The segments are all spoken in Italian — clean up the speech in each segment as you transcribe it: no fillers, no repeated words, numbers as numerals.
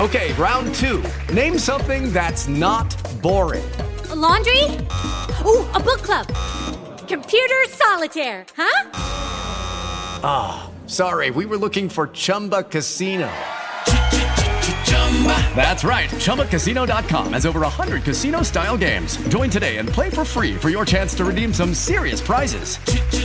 Okay, round 2. Name something that's not boring. A laundry? Ooh, a book club. Computer solitaire, huh? Ah, sorry, we were looking for Chumba Casino. That's right, ChumbaCasino.com has over 100 casino-style games. Join today and play for free for your chance to redeem some serious prizes.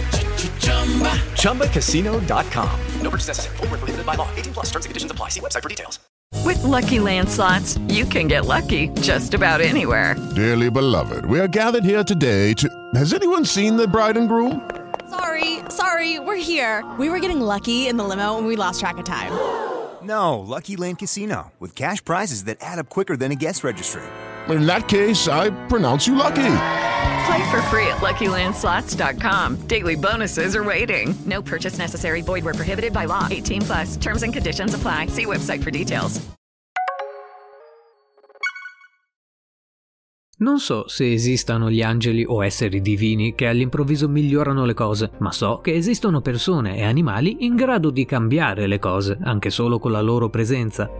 ChumbaCasino.com. No purchase necessary. Void where prohibited by law. 18+ terms and conditions apply. See website for details. With Lucky Land Slots, you can get lucky just about anywhere. Dearly beloved, we are gathered here today to... Has anyone seen the bride and groom? Sorry, we're here. We were getting lucky in the limo and we lost track of time. No, Lucky Land Casino, with cash prizes that add up quicker than a guest registry. In that case, I pronounce you lucky. Play for free at LuckyLandSlots.com. Daily bonuses are waiting. No purchase necessary. Void where prohibited by law. 18+. Terms and conditions apply. See website for details. Non so se esistano gli angeli o esseri divini che all'improvviso migliorano le cose, ma so che esistono persone e animali in grado di cambiare le cose, anche solo con la loro presenza.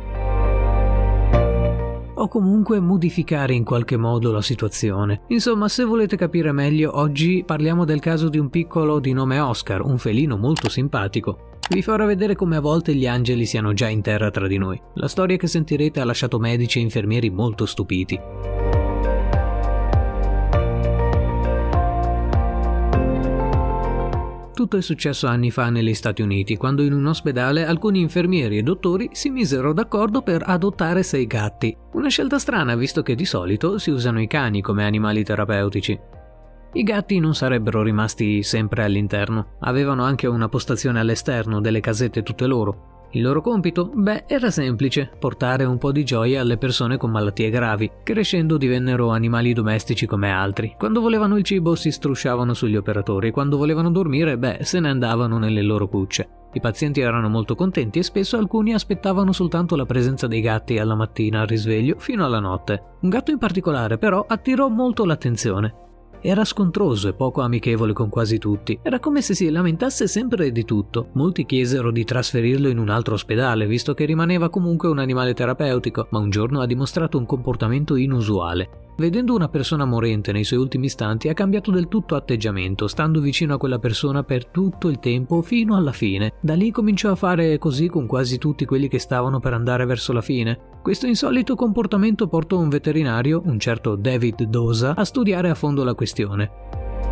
O comunque modificare in qualche modo la situazione. Insomma, se volete capire meglio, oggi parliamo del caso di un piccolo di nome Oscar, un felino molto simpatico. Vi farò vedere come a volte gli angeli siano già in terra tra di noi. La storia che sentirete ha lasciato medici e infermieri molto stupiti. Tutto è successo anni fa negli Stati Uniti, quando in un ospedale alcuni infermieri e dottori si misero d'accordo per adottare 6 gatti. Una scelta strana, visto che di solito si usano i cani come animali terapeutici. I gatti non sarebbero rimasti sempre all'interno, avevano anche una postazione all'esterno delle casette tutte loro. Il loro compito? Beh, era semplice, portare un po' di gioia alle persone con malattie gravi. Crescendo divennero animali domestici come altri. Quando volevano il cibo si strusciavano sugli operatori, quando volevano dormire, se ne andavano nelle loro cucce. I pazienti erano molto contenti e spesso alcuni aspettavano soltanto la presenza dei gatti alla mattina al risveglio fino alla notte. Un gatto in particolare però attirò molto l'attenzione. Era scontroso e poco amichevole con quasi tutti. Era come se si lamentasse sempre di tutto. Molti chiesero di trasferirlo in un altro ospedale, visto che rimaneva comunque un animale terapeutico, ma un giorno ha dimostrato un comportamento inusuale. Vedendo una persona morente nei suoi ultimi istanti, ha cambiato del tutto atteggiamento, stando vicino a quella persona per tutto il tempo fino alla fine. Da lì cominciò a fare così con quasi tutti quelli che stavano per andare verso la fine. Questo insolito comportamento portò un veterinario, un certo David Dosa, a studiare a fondo la questione.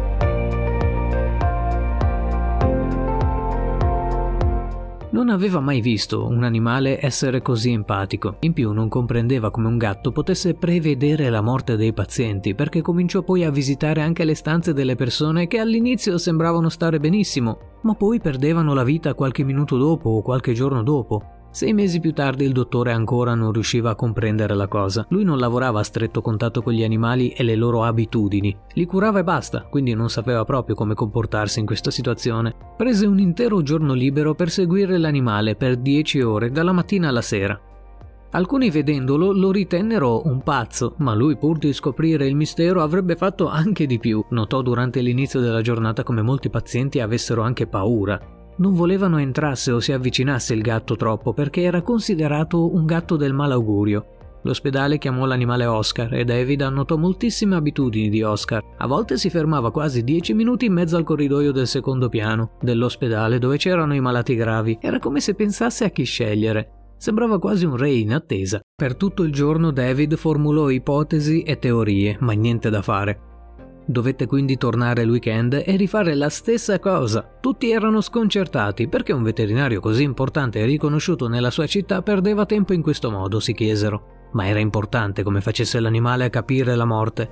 Non aveva mai visto un animale essere così empatico. In più non comprendeva come un gatto potesse prevedere la morte dei pazienti, perché cominciò poi a visitare anche le stanze delle persone che all'inizio sembravano stare benissimo, ma poi perdevano la vita qualche minuto dopo o qualche giorno dopo. 6 mesi più tardi il dottore ancora non riusciva a comprendere la cosa. Lui non lavorava a stretto contatto con gli animali e le loro abitudini. Li curava e basta, quindi non sapeva proprio come comportarsi in questa situazione. Prese un intero giorno libero per seguire l'animale per 10 ore, dalla mattina alla sera. Alcuni vedendolo lo ritennero un pazzo, ma lui, pur di scoprire il mistero, avrebbe fatto anche di più. Notò durante l'inizio della giornata come molti pazienti avessero anche paura. Non volevano entrasse o si avvicinasse il gatto troppo perché era considerato un gatto del malaugurio. L'ospedale chiamò l'animale Oscar e David annotò moltissime abitudini di Oscar. A volte si fermava quasi 10 minuti in mezzo al corridoio del secondo piano dell'ospedale dove c'erano i malati gravi. Era come se pensasse a chi scegliere. Sembrava quasi un re in attesa. Per tutto il giorno David formulò ipotesi e teorie, ma niente da fare. Dovette quindi tornare il weekend e rifare la stessa cosa. Tutti erano sconcertati perché un veterinario così importante e riconosciuto nella sua città perdeva tempo in questo modo, si chiesero. Ma era importante come facesse l'animale a capire la morte.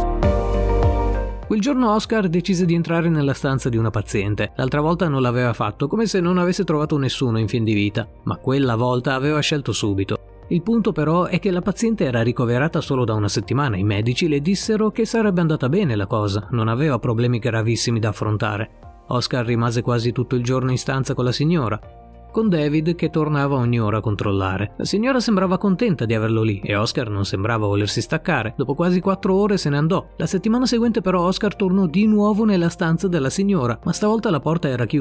Quel giorno Oscar decise di entrare nella stanza di una paziente. L'altra volta non l'aveva fatto, come se non avesse trovato nessuno in fin di vita. Ma quella volta aveva scelto subito. Il punto però è che la paziente era ricoverata solo da una settimana. I medici le dissero che sarebbe andata bene la cosa, non aveva problemi gravissimi da affrontare. Oscar rimase quasi tutto il giorno in stanza con la signora, con David che tornava ogni ora a controllare. La signora sembrava contenta di averlo lì e Oscar non sembrava volersi staccare. Dopo quasi 4 ore se ne andò. La settimana seguente però Oscar tornò di nuovo nella stanza della signora, ma stavolta la porta era chiusa.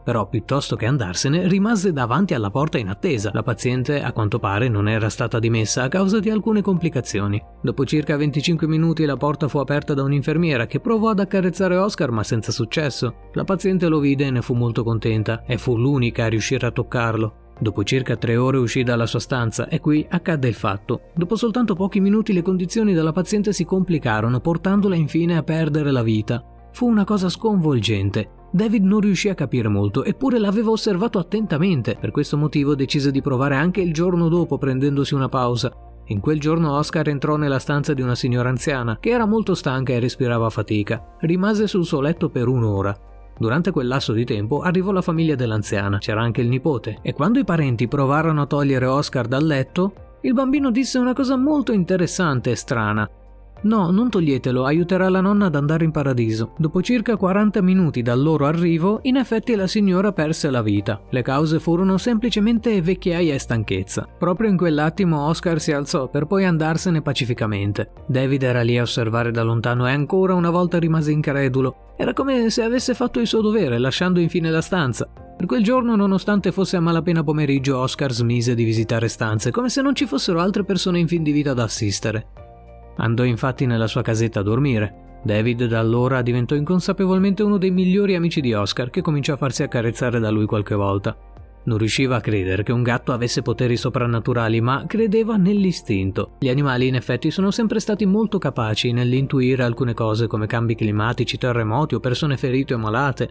Però piuttosto che andarsene rimase davanti alla porta in attesa. La paziente a quanto pare non era stata dimessa a causa di alcune complicazioni. Dopo circa 25 minuti la porta fu aperta da un'infermiera che provò ad accarezzare Oscar ma senza successo. La paziente lo vide e ne fu molto contenta e fu l'unica a riuscire a toccarlo. Dopo circa 3 ore uscì dalla sua stanza e qui accadde il fatto. Dopo soltanto pochi minuti le condizioni della paziente si complicarono, portandola infine a perdere la vita. Fu una cosa sconvolgente. David non riuscì a capire molto, eppure l'aveva osservato attentamente. Per questo motivo decise di provare anche il giorno dopo, prendendosi una pausa. In quel giorno Oscar entrò nella stanza di una signora anziana, che era molto stanca e respirava a fatica. Rimase sul suo letto per 1 ora. Durante quel lasso di tempo arrivò la famiglia dell'anziana, c'era anche il nipote, e quando i parenti provarono a togliere Oscar dal letto, il bambino disse una cosa molto interessante e strana. No, non toglietelo, aiuterà la nonna ad andare in paradiso. Dopo circa 40 minuti dal loro arrivo, in effetti la signora perse la vita. Le cause furono semplicemente vecchiaia e stanchezza. Proprio in quell'attimo Oscar si alzò per poi andarsene pacificamente. David era lì a osservare da lontano e ancora una volta rimase incredulo. Era come se avesse fatto il suo dovere, lasciando infine la stanza. Per quel giorno, nonostante fosse a malapena pomeriggio, Oscar smise di visitare stanze, come se non ci fossero altre persone in fin di vita da assistere. Andò infatti nella sua casetta a dormire. David da allora diventò inconsapevolmente uno dei migliori amici di Oscar, che cominciò a farsi accarezzare da lui qualche volta. Non riusciva a credere che un gatto avesse poteri soprannaturali, ma credeva nell'istinto. Gli animali in effetti sono sempre stati molto capaci nell'intuire alcune cose come cambi climatici, terremoti o persone ferite o malate.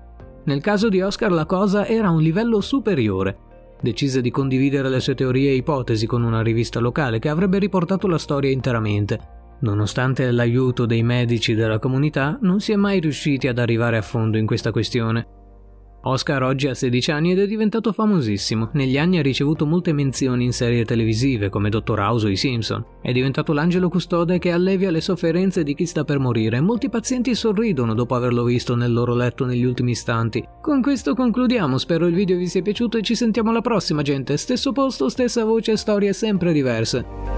Nel caso di Oscar la cosa era a un livello superiore. Decise di condividere le sue teorie e ipotesi con una rivista locale che avrebbe riportato la storia interamente. Nonostante l'aiuto dei medici della comunità, non si è mai riusciti ad arrivare a fondo in questa questione. Oscar oggi ha 16 anni ed è diventato famosissimo. Negli anni ha ricevuto molte menzioni in serie televisive come Dottor House o I Simpson. È diventato l'angelo custode che allevia le sofferenze di chi sta per morire. Molti pazienti sorridono dopo averlo visto nel loro letto negli ultimi istanti. Con questo concludiamo, spero il video vi sia piaciuto e ci sentiamo alla prossima, gente. Stesso posto, stessa voce, storie sempre diverse.